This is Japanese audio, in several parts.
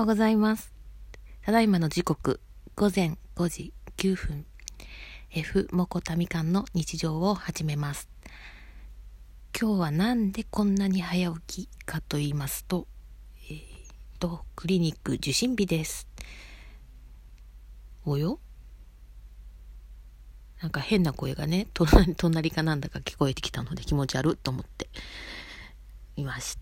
うございます。ただいまの時刻午前5時9分 F モコタミカンの日常を始めます。今日はなんでこんなに早起きかと言いますと、クリニック受診日です。およ、なんか変な声がね、隣かなんだか聞こえてきたので気持ち悪いと思っていました。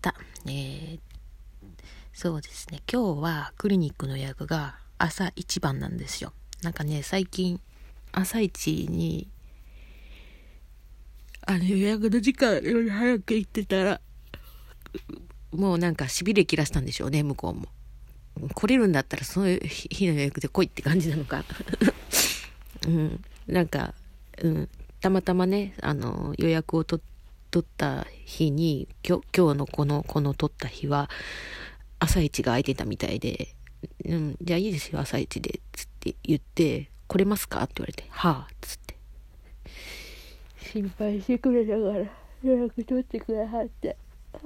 そうですね、今日はクリニックの予約が朝一番なんですよ。なんかね、最近朝一に予約の時間より早く行ってたらもうなんかしびれ切らしたんでしょうね、向こうも。来れるんだったらその日の予約で来いって感じなのかなんか、たまたまね、予約を取った日に今日のこの取った日は朝一が空いてたみたいで、じゃあいいですよ朝一でつって言って、来れますかって言われて、はあつって心配してくれたから予約取ってくれはって、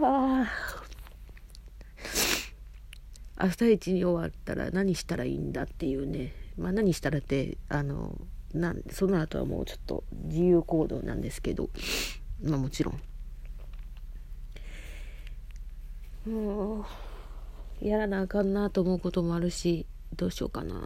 朝一に終わったら何したらいいんだっていうね。何したらってその後はもうちょっと自由行動なんですけど、もちろんもうやらなあかんなと思うこともあるし、どうしようかな。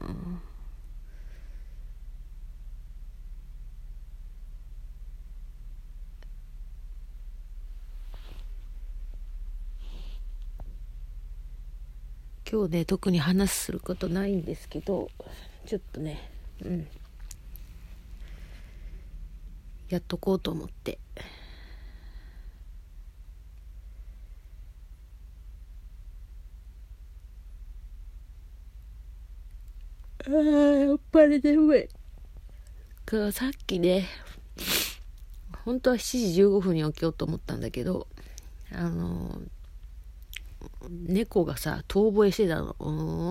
今日ね、特に話することないんですけど、ちょっとね、やっとこうと思って。やっぱり眠い。さっきね、本当は7時15分に起きようと思ったんだけど、猫がさ遠吠えしてたの。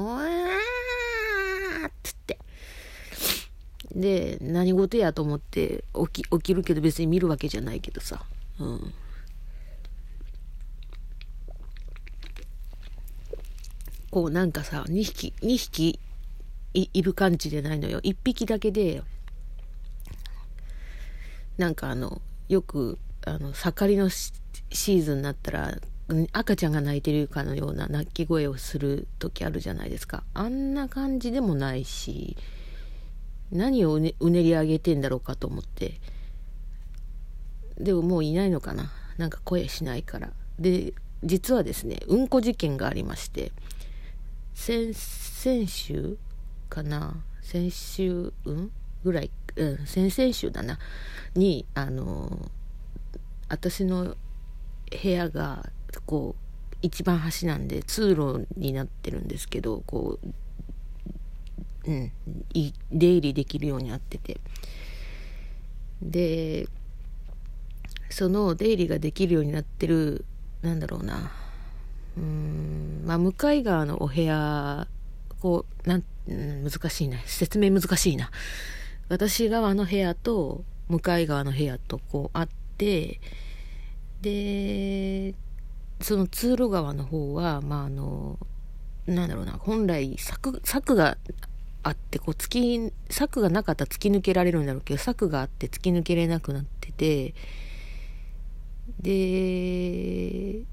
っつって、で何事やと思って起きるけど、別に見るわけじゃないけどさ、こうなんかさ2匹いる感じじゃないのよ。1匹だけで、なんかよく盛りのシーズンになったら赤ちゃんが泣いてるかのような泣き声をする時あるじゃないですか。あんな感じでもないし、何をうねり上げてんだろうかと思って。でももういないのかな、なんか声しないから。で実はですね、うんこ事件がありまして、先週かな、先週ぐらい、先々週だなに私の部屋がこう一番端なんで通路になってるんですけど、こう出入りできるようになってて、でその出入りができるようになってる、なんだろうな、向かい側のお部屋、こう難しいな、説明難しいな。私側の部屋と向かい側の部屋とこうあって、でその通路側の方はなんだろうな、本来柵があって、こう柵がなかったら突き抜けられるんだろうけど、柵があって突き抜けれなくなってて、で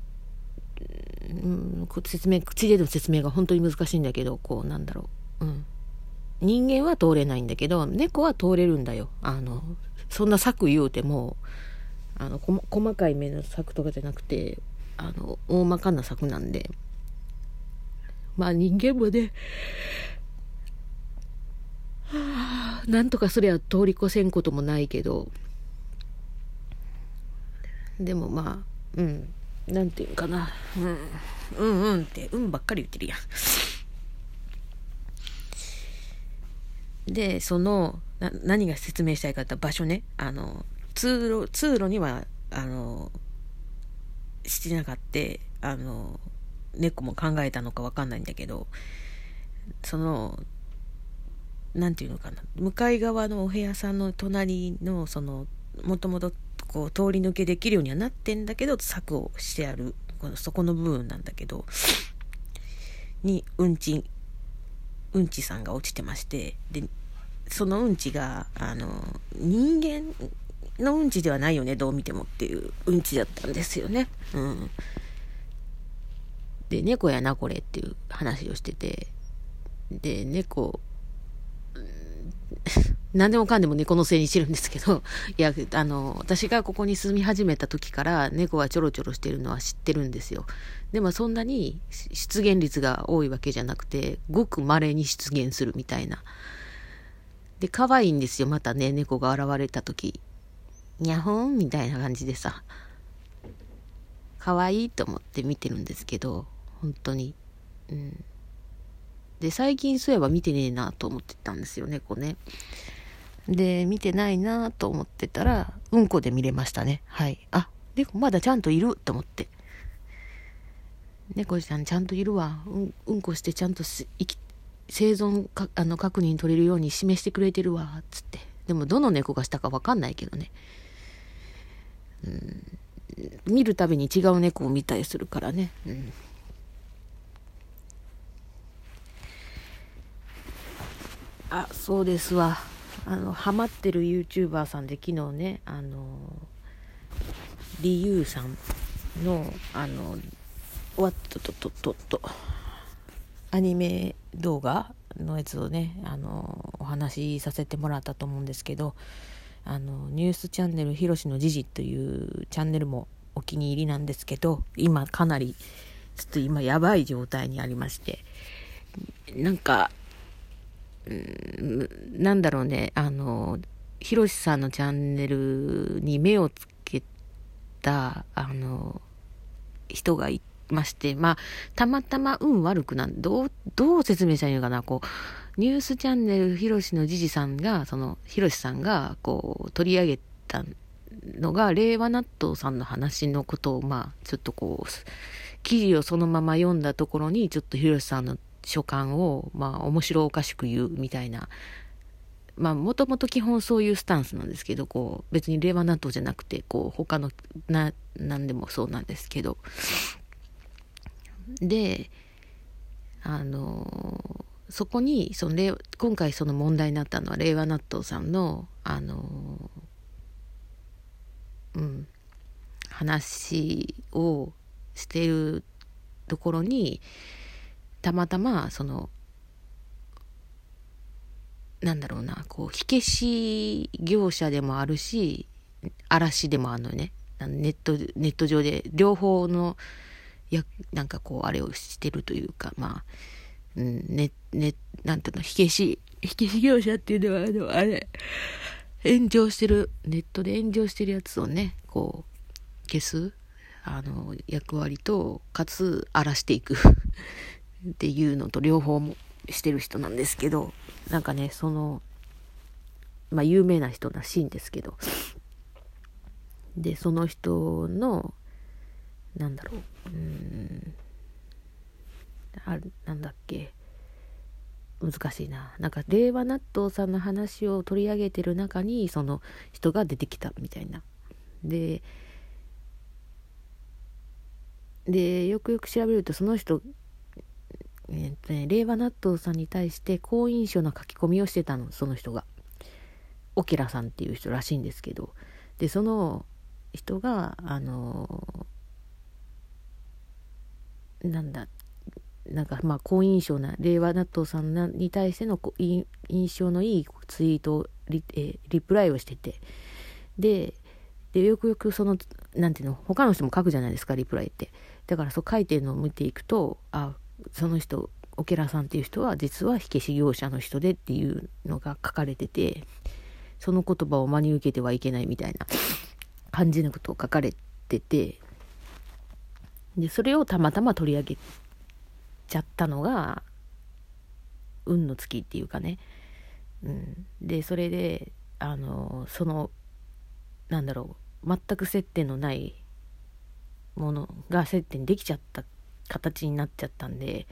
口での説明が本当に難しいんだけど、こうなんだろう、人間は通れないんだけど猫は通れるんだよ。そんな柵言うても細かい目の柵とかじゃなくて、大まかな柵なんで、人間もね、なんとかそれは通り越せんこともないけど、でもなんていうかな、ってばっかり言ってるやん。で何が説明したいかって場所ね、通路にはしてなかった。猫も考えたのか分かんないんだけど、なんていうのかな、向かい側のお部屋さんの隣のもともとこう通り抜けできるようにはなってんだけど、柵をしてあるそこの部分なんだけど、 にうんちさんが落ちてまして、でそのうんちが人間のうんちではないよね、どう見てもっていううんちだったんですよね。で猫やなこれっていう話をしてて、で猫何でもかんでも猫のせいにしてるんですけど、いや私がここに住み始めた時から猫がちょろちょろしてるのは知ってるんですよ。でもそんなに出現率が多いわけじゃなくて、ごく稀に出現するみたいな。で可愛いんですよ、またね、猫が現れた時にゃほんみたいな感じでさ、可愛いと思って見てるんですけど、本当にで最近そういえば見てねえなと思ってたんですよ、猫ね。で見てないなと思ってたらうんこで見れましたね。はい。あ、猫まだちゃんといると思って、猫ちゃんちゃんといるわ、うんこしてちゃんと生存か確認取れるように示してくれてるわつって。でもどの猫がしたか分かんないけどね、見るたびに違う猫を見たりするからね。あ、そうですわ。ハマってる YouTuber さんで昨日ね、リユーさんのアニメ動画のやつをね、お話しさせてもらったと思うんですけど、ニュースチャンネルひろしの時事というチャンネルもお気に入りなんですけど、今かなりちょっと今やばい状態にありまして、なんかなんだろうね、ひろしさんのチャンネルに目をつけた人がいまして、まあたまたま悪くどう説明したらいいのかな、こうニュースチャンネルひろしのじじさんが、そのひろしさんがこう取り上げたのが令和納豆さんの話のことを、まあちょっとこう記事をそのまま読んだところにちょっとひろしさんの所感をまあ面白おかしく言うみたいな、まあもともと基本そういうスタンスなんですけど、こう別に令和納豆じゃなくてこう他の何でもそうなんですけど、でそこに今回その問題になったのは令和納豆さんの話をしているところにたまたまそのなんだろうな、こう火消し業者でもあるし嵐でもあるのよね。ネット上で両方のなんかこうあれをしてるというか、まあなんていうの、火消し業者っていうのはあれ炎上してる、ネットで炎上してるやつをねこう消す役割とかつ荒らしていくっていうのと両方もしてる人なんですけど、なんかねまあ有名な人らしいんですけど、でその人のなんだろう、なんだっけ、難しいな、なんか令和納豆さんの話を取り上げてる中にその人が出てきたみたいな。でよくよく調べるとその人令和納豆さんに対して好印象な書き込みをしてたの、その人がオケラさんっていう人らしいんですけど、でその人がなんかまあ好印象な令和納豆さんに対しての印象のいいツイートをリプライをしてて、でよくよくそのなんていうの、他の人も書くじゃないですか、リプライって。だからそう書いてるのを見ていくと、その人オケラさんっていう人は実は火消し業者の人でっていうのが書かれてて、その言葉を真に受けてはいけないみたいな感じのことを書かれてて、でそれをたまたま取り上げちゃったのが運の尽きっていうかね、でそれでそのなんだろう、全く接点のないものが接点できちゃった形になっちゃったんで、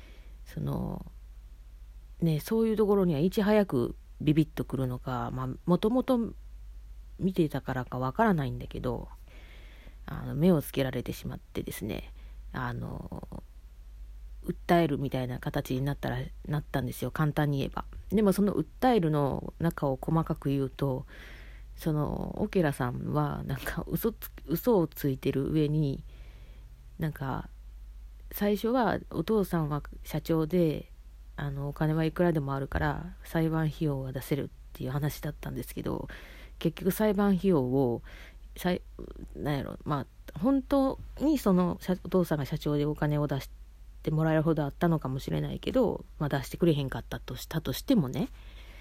そういうところにはいち早くビビッとくるのか、まあもともと見てたからかわからないんだけど、目をつけられてしまってですね、 訴えるみたいな形になったんですよ、簡単に言えば。でもその訴えるの中を細かく言うと、そのオケラさんはなんか嘘をついてる上に、なんか最初はお父さんは社長でお金はいくらでもあるから裁判費用が出せるっていう話だったんですけど、結局裁判費用をなんやろ、本当にそのお父さんが社長でお金を出してもらえるほどあったのかもしれないけど、出してくれへんかったとしてもね、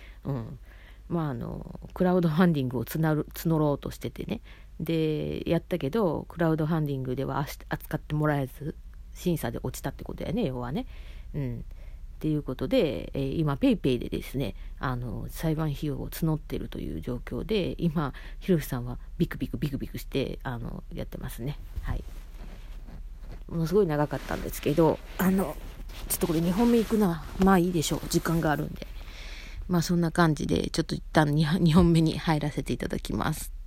クラウドファンディングを募ろうとしててね、でやったけどクラウドファンディングでは扱ってもらえず審査で落ちたってことやね、要はね。っていうことで、今ペイペイでですね裁判費用を募っているという状況で、今ひろしさんはビクビクしてやってますね。はい、ものすごい長かったんですけど、ちょっとこれ2本目いくな、いいでしょう、時間があるんで。そんな感じでちょっと一旦2本目に入らせていただきます。